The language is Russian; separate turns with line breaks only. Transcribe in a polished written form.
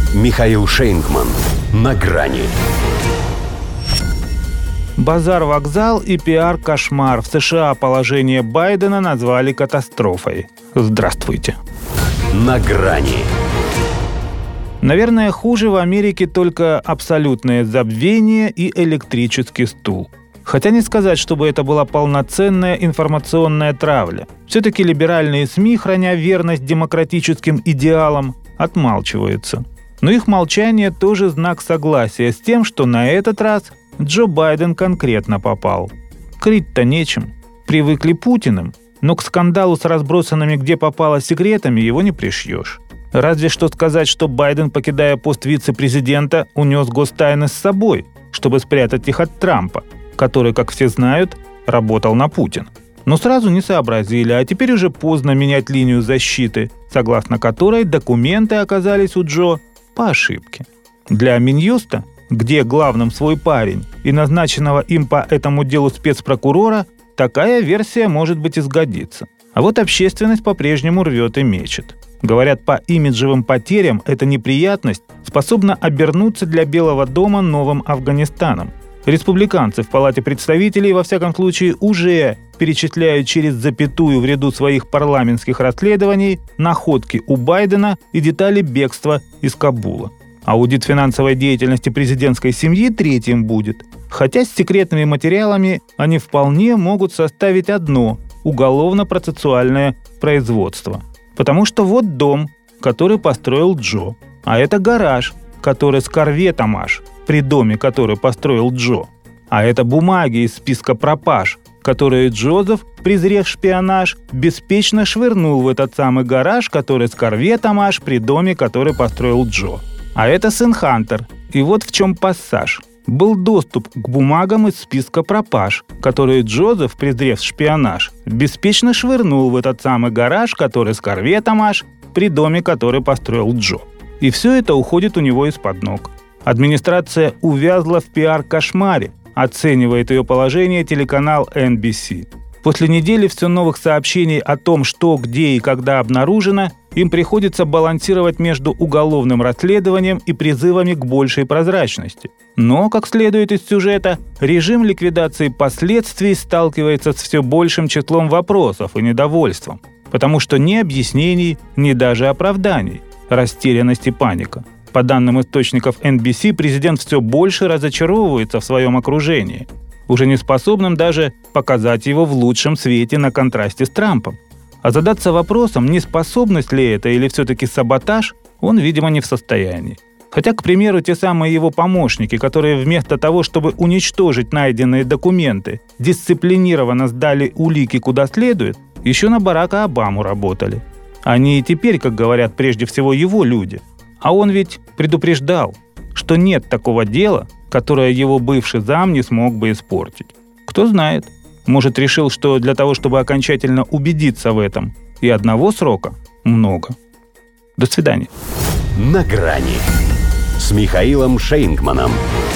Михаил Шейнгман. На грани.
Базар-вокзал и пиар-кошмар. В США положение Байдена назвали катастрофой. Здравствуйте.
На грани.
Наверное, хуже в Америке только абсолютное забвение и электрический стул. Хотя не сказать, чтобы это была полноценная информационная травля. Все-таки либеральные СМИ, храня верность демократическим идеалам, отмалчиваются. Но их молчание тоже знак согласия с тем, что на этот раз Джо Байден конкретно попал. Крыть-то нечем. Привыкли Путиным, но к скандалу с разбросанными где попало секретами его не пришьешь. Разве что сказать, что Байден, покидая пост вице-президента, унес гостайны с собой, чтобы спрятать их от Трампа, который, как все знают, работал на Путина. Но сразу не сообразили, а теперь уже поздно менять линию защиты, согласно которой документы оказались у Джо по ошибке. Для Минюста, где главным свой парень, и назначенного им по этому делу спецпрокурора, такая версия, может быть, и сгодится. А вот общественность по-прежнему рвет и мечет. Говорят, по имиджевым потерям эта неприятность способна обернуться для Белого дома новым Афганистаном. Республиканцы в Палате представителей, во всяком случае, уже перечисляют через запятую в ряду своих парламентских расследований находки у Байдена и детали бегства из Кабула. Аудит финансовой деятельности президентской семьи третьим будет. Хотя с секретными материалами они вполне могут составить одно уголовно-процессуальное производство. Потому что вот дом, который построил Джо, а это гараж, который с корветом аж, при доме, который построил Джо. А это бумаги из списка пропаж, которые Джозеф, презрев шпионаж, беспечно швырнул в этот самый гараж, который с корветом аж, при доме, который построил Джо. А это сын Хантер. И вот в чем пассаж. Был доступ к бумагам из списка пропаж, которые Джозеф, презрев шпионаж, беспечно швырнул в этот самый гараж, который с корветом аж, при доме, который построил Джо. И все это уходит у него из-под ног. Администрация увязла в пиар-кошмаре, оценивает ее положение телеканал NBC. После недели все новых сообщений о том, что, где и когда обнаружено, им приходится балансировать между уголовным расследованием и призывами к большей прозрачности. Но, как следует из сюжета, режим ликвидации последствий сталкивается с все большим числом вопросов и недовольством, потому что ни объяснений, ни даже оправданий, растерянность и паника. По данным источников NBC, президент все больше разочаровывается в своем окружении, уже не способным даже показать его в лучшем свете на контрасте с Трампом. А задаться вопросом, неспособность ли это или все-таки саботаж, он, видимо, не в состоянии. Хотя, к примеру, те самые его помощники, которые вместо того, чтобы уничтожить найденные документы, дисциплинированно сдали улики куда следует, еще на Барака Обаму работали. Они и теперь, как говорят, прежде всего его люди. А он ведь предупреждал, что нет такого дела, которое его бывший зам не смог бы испортить. Кто знает, может, решил, что для того, чтобы окончательно убедиться в этом, и одного срока много. До свидания.
На грани с Михаилом Шейнгманом.